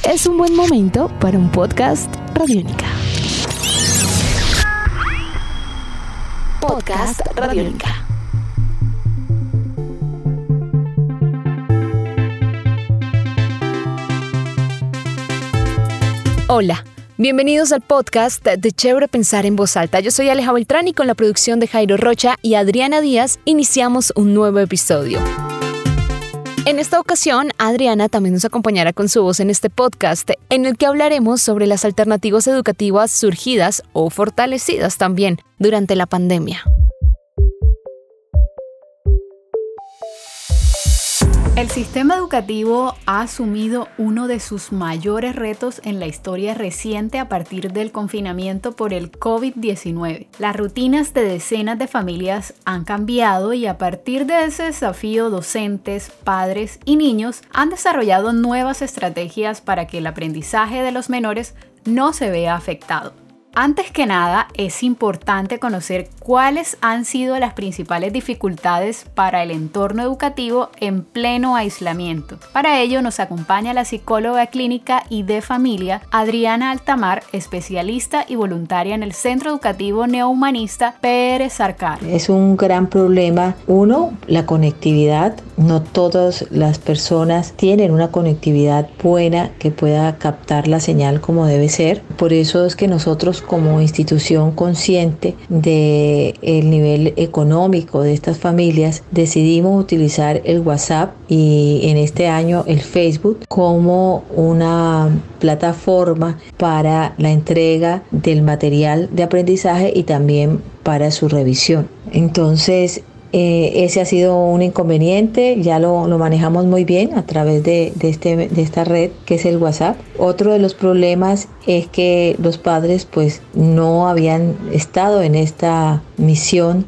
es un buen momento para un podcast Radiónica. Podcast Radiónica. Hola, bienvenidos al podcast de Chévere Pensar en Voz Alta. Yo soy Aleja Beltrán y con la producción de Jairo Rocha y Adriana Díaz iniciamos un nuevo episodio. En esta ocasión, Adriana también nos acompañará con su voz en este podcast, en el que hablaremos sobre las alternativas educativas surgidas o fortalecidas también durante la pandemia. El sistema educativo ha asumido uno de sus mayores retos en la historia reciente a partir del confinamiento por el COVID-19. Las rutinas de decenas de familias han cambiado y a partir de ese desafío, docentes, padres y niños han desarrollado nuevas estrategias para que el aprendizaje de los menores no se vea afectado. Antes que nada, es importante conocer cuáles han sido las principales dificultades para el entorno educativo en pleno aislamiento. Para ello nos acompaña la psicóloga clínica y de familia Adriana Altamar, especialista y voluntaria en el Centro Educativo Neohumanista Pérez Arcar. Es un gran problema. Uno, la conectividad. No todas las personas tienen una conectividad buena que pueda captar la señal como debe ser. Por eso es que nosotros, como institución consciente del nivel económico de estas familias, decidimos utilizar el WhatsApp y en este año el Facebook como una plataforma para la entrega del material de aprendizaje y también para su revisión. Entonces, ese ha sido un inconveniente, ya lo manejamos muy bien a través de esta red que es el WhatsApp. Otro de los problemas es que los padres pues no habían estado en esta misión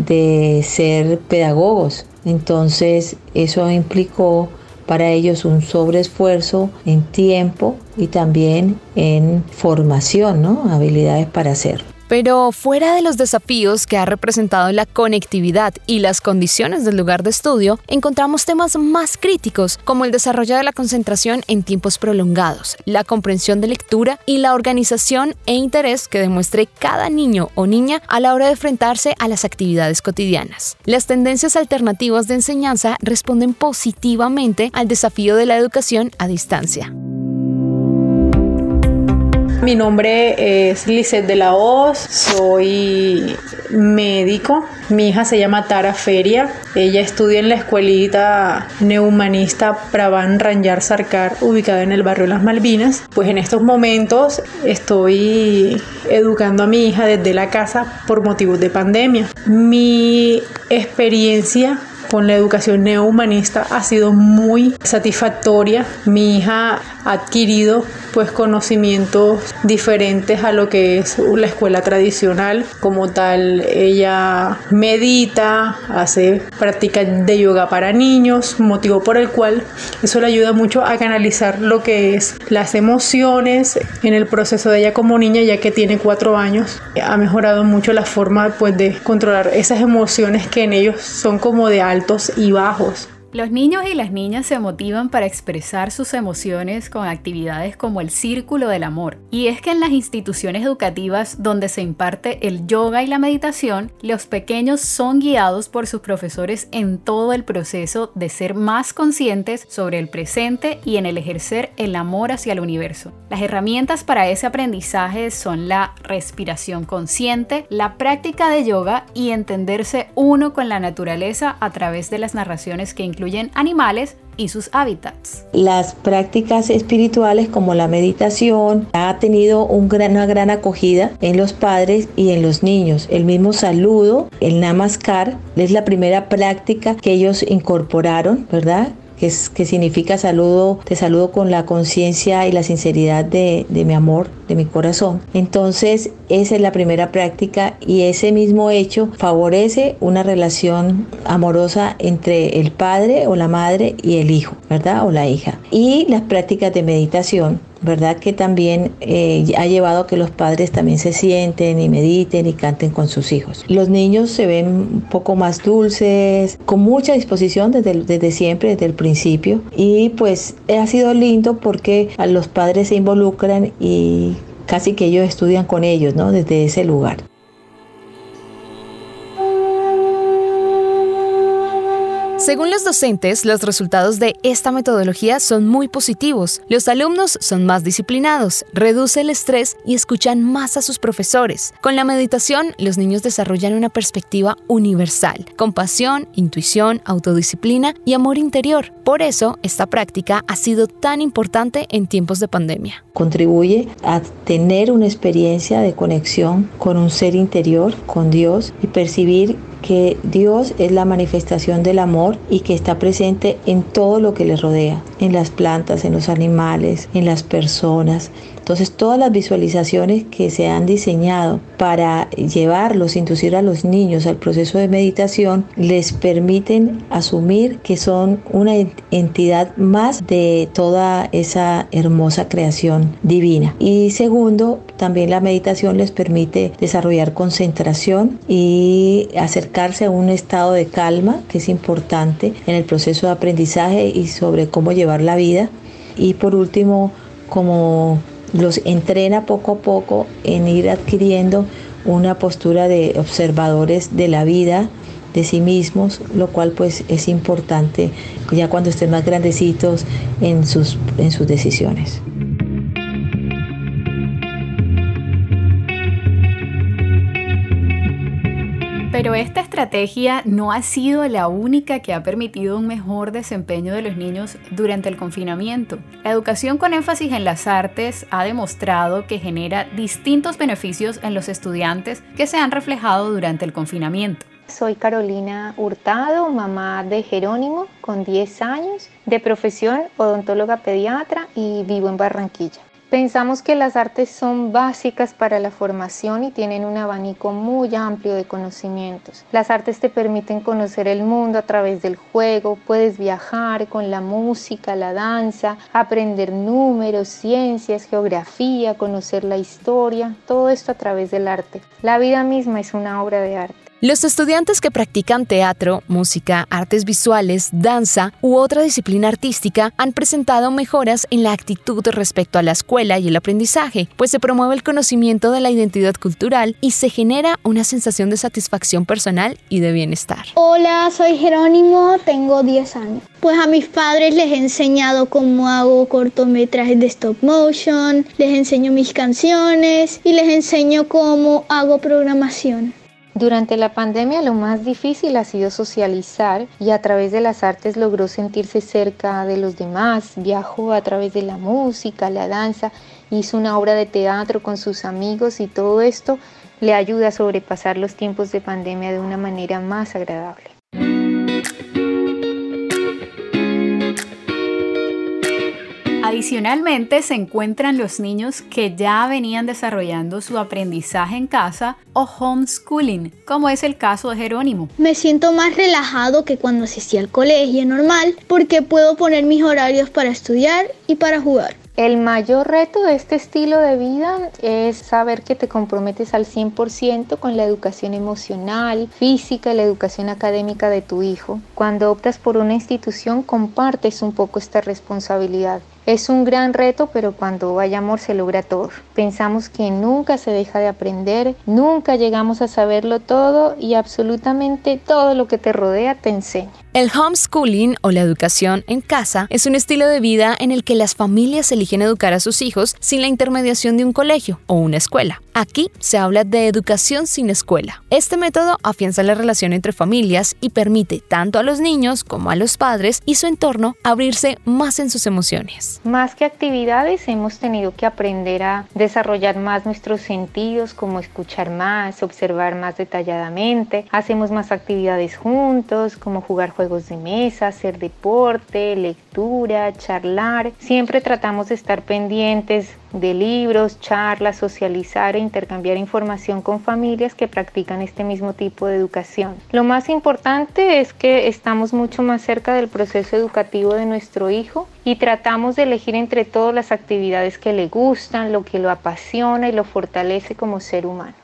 de ser pedagogos, entonces eso implicó para ellos un sobreesfuerzo en tiempo y también en formación, ¿no? Habilidades para hacerlo. Pero fuera de los desafíos que ha representado la conectividad y las condiciones del lugar de estudio, encontramos temas más críticos como el desarrollo de la concentración en tiempos prolongados, la comprensión de lectura y la organización e interés que demuestre cada niño o niña a la hora de enfrentarse a las actividades cotidianas. Las tendencias alternativas de enseñanza responden positivamente al desafío de la educación a distancia. Mi nombre es Lisette de la Hoz, soy médico. Mi hija se llama Tara Feria. Ella estudia en la escuelita Neohumanista Pravan Ranjar Sarkar, ubicada en el barrio Las Malvinas. Pues en estos momentos estoy educando a mi hija desde la casa por motivos de pandemia. Mi experiencia con la educación neohumanista ha sido muy satisfactoria. Mi hija ha adquirido pues conocimientos diferentes a lo que es la escuela tradicional. Como tal, ella medita, hace prácticas de yoga para niños, motivo por el cual eso le ayuda mucho a canalizar lo que es las emociones en el proceso de ella como niña, ya que tiene 4 años. Ha mejorado mucho la forma pues de controlar esas emociones que en ellos son como de altos y bajos. Los niños y las niñas se motivan para expresar sus emociones con actividades como el Círculo del Amor. Y es que en las instituciones educativas donde se imparte el yoga y la meditación, los pequeños son guiados por sus profesores en todo el proceso de ser más conscientes sobre el presente y en el ejercer el amor hacia el universo. Las herramientas para ese aprendizaje son la respiración consciente, la práctica de yoga y entenderse uno con la naturaleza a través de las narraciones que incluyen animales y sus hábitats. Las prácticas espirituales como la meditación ha tenido una gran acogida en los padres y en los niños. El mismo saludo, el Namaskar, es la primera práctica que ellos incorporaron, ¿verdad? Que significa te saludo con la conciencia y la sinceridad de mi amor, de mi corazón. Entonces, esa es la primera práctica y ese mismo hecho favorece una relación amorosa entre el padre o la madre y el hijo, ¿verdad? O la hija. Y las prácticas de meditación ¿verdad? Que también ha llevado a que los padres también se sienten y mediten y canten con sus hijos. Los niños se ven un poco más dulces, con mucha disposición desde siempre, desde el principio, y pues ha sido lindo porque a los padres se involucran y casi que ellos estudian con ellos, ¿no? Desde ese lugar. Según los docentes, los resultados de esta metodología son muy positivos. Los alumnos son más disciplinados, reduce el estrés y escuchan más a sus profesores. Con la meditación, los niños desarrollan una perspectiva universal, compasión, intuición, autodisciplina y amor interior. Por eso, esta práctica ha sido tan importante en tiempos de pandemia. Contribuye a tener una experiencia de conexión con un ser interior, con Dios, y percibir que Dios es la manifestación del amor y que está presente en todo lo que le rodea, en las plantas, en los animales, en las personas. Entonces, todas las visualizaciones que se han diseñado para llevarlos, inducir a los niños al proceso de meditación, les permiten asumir que son una entidad más de toda esa hermosa creación divina. Y segundo, también la meditación les permite desarrollar concentración y acercarse a un estado de calma, que es importante en el proceso de aprendizaje y sobre cómo llevar la vida. Y por último, como los entrena poco a poco en ir adquiriendo una postura de observadores de la vida, de sí mismos, lo cual pues es importante ya cuando estén más grandecitos en sus decisiones. Pero esta estrategia no ha sido la única que ha permitido un mejor desempeño de los niños durante el confinamiento. La educación con énfasis en las artes ha demostrado que genera distintos beneficios en los estudiantes que se han reflejado durante el confinamiento. Soy Carolina Hurtado, mamá de Jerónimo, con 10 años, de profesión odontóloga pediatra y vivo en Barranquilla. Pensamos que las artes son básicas para la formación y tienen un abanico muy amplio de conocimientos. Las artes te permiten conocer el mundo a través del juego, puedes viajar con la música, la danza, aprender números, ciencias, geografía, conocer la historia, todo esto a través del arte. La vida misma es una obra de arte. Los estudiantes que practican teatro, música, artes visuales, danza u otra disciplina artística han presentado mejoras en la actitud respecto a la escuela y el aprendizaje, pues se promueve el conocimiento de la identidad cultural y se genera una sensación de satisfacción personal y de bienestar. Hola, soy Jerónimo, tengo 10 años. Pues a mis padres les he enseñado cómo hago cortometrajes de stop motion, les enseño mis canciones y les enseño cómo hago programación. Durante la pandemia lo más difícil ha sido socializar y a través de las artes logró sentirse cerca de los demás. Viajó a través de la música, la danza, hizo una obra de teatro con sus amigos y todo esto le ayuda a sobrepasar los tiempos de pandemia de una manera más agradable. Adicionalmente, se encuentran los niños que ya venían desarrollando su aprendizaje en casa o homeschooling, como es el caso de Jerónimo. Me siento más relajado que cuando asistí al colegio normal porque puedo poner mis horarios para estudiar y para jugar. El mayor reto de este estilo de vida es saber que te comprometes al 100% con la educación emocional, física y la educación académica de tu hijo. Cuando optas por una institución, compartes un poco esta responsabilidad. Es un gran reto, pero cuando hay amor se logra todo. Pensamos que nunca se deja de aprender, nunca llegamos a saberlo todo y absolutamente todo lo que te rodea te enseña. El homeschooling o la educación en casa es un estilo de vida en el que las familias eligen educar a sus hijos sin la intermediación de un colegio o una escuela. Aquí se habla de educación sin escuela. Este método afianza la relación entre familias y permite tanto a los niños como a los padres y su entorno abrirse más en sus emociones. Más que actividades, hemos tenido que aprender a desarrollar más nuestros sentidos, como escuchar más, observar más detalladamente. Hacemos más actividades juntos, como jugar juegos de mesa, hacer deporte, lectura, charlar. Siempre tratamos de estar pendientes de libros, charlas, socializar e intercambiar información con familias que practican este mismo tipo de educación. Lo más importante es que estamos mucho más cerca del proceso educativo de nuestro hijo y tratamos de elegir entre todas las actividades que le gustan, lo que lo apasiona y lo fortalece como ser humano.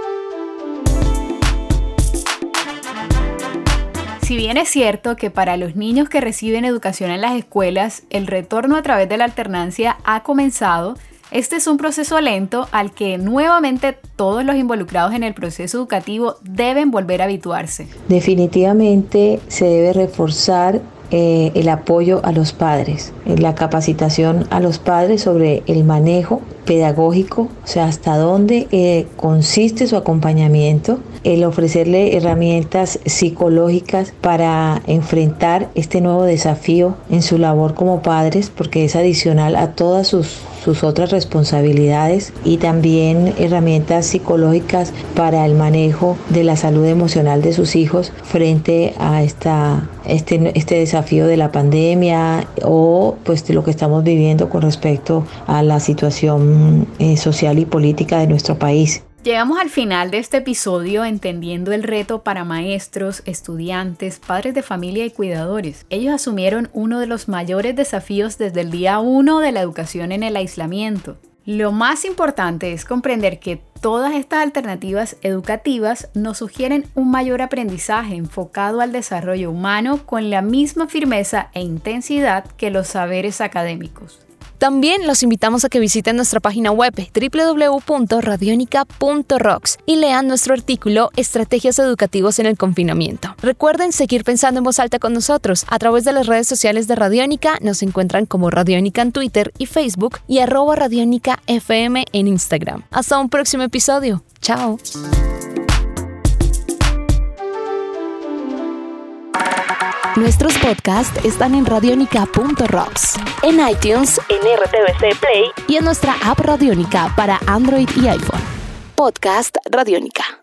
Si bien es cierto que para los niños que reciben educación en las escuelas, el retorno a través de la alternancia ha comenzado, este es un proceso lento al que nuevamente todos los involucrados en el proceso educativo deben volver a habituarse. Definitivamente se debe reforzar el apoyo a los padres, la capacitación a los padres sobre el manejo pedagógico, o sea, hasta dónde consiste su acompañamiento, el ofrecerle herramientas psicológicas para enfrentar este nuevo desafío en su labor como padres, porque es adicional a todas sus otras responsabilidades, y también herramientas psicológicas para el manejo de la salud emocional de sus hijos frente a este desafío de la pandemia o pues de lo que estamos viviendo con respecto a la situación social y política de nuestro país. Llegamos al final de este episodio entendiendo el reto para maestros, estudiantes, padres de familia y cuidadores. Ellos asumieron uno de los mayores desafíos desde el día 1 de la educación en el aislamiento. Lo más importante es comprender que todas estas alternativas educativas nos sugieren un mayor aprendizaje enfocado al desarrollo humano con la misma firmeza e intensidad que los saberes académicos. También los invitamos a que visiten nuestra página web www.radionica.rocks y lean nuestro artículo Estrategias educativas en el confinamiento. Recuerden seguir pensando en voz alta con nosotros. A través de las redes sociales de Radiónica nos encuentran como Radiónica en Twitter y Facebook y @RadiónicaFM en Instagram. Hasta un próximo episodio. Chao. Nuestros podcasts están en radionica.rocks, en iTunes, en RTVC Play y en nuestra app Radiónica para Android y iPhone. Podcast Radiónica.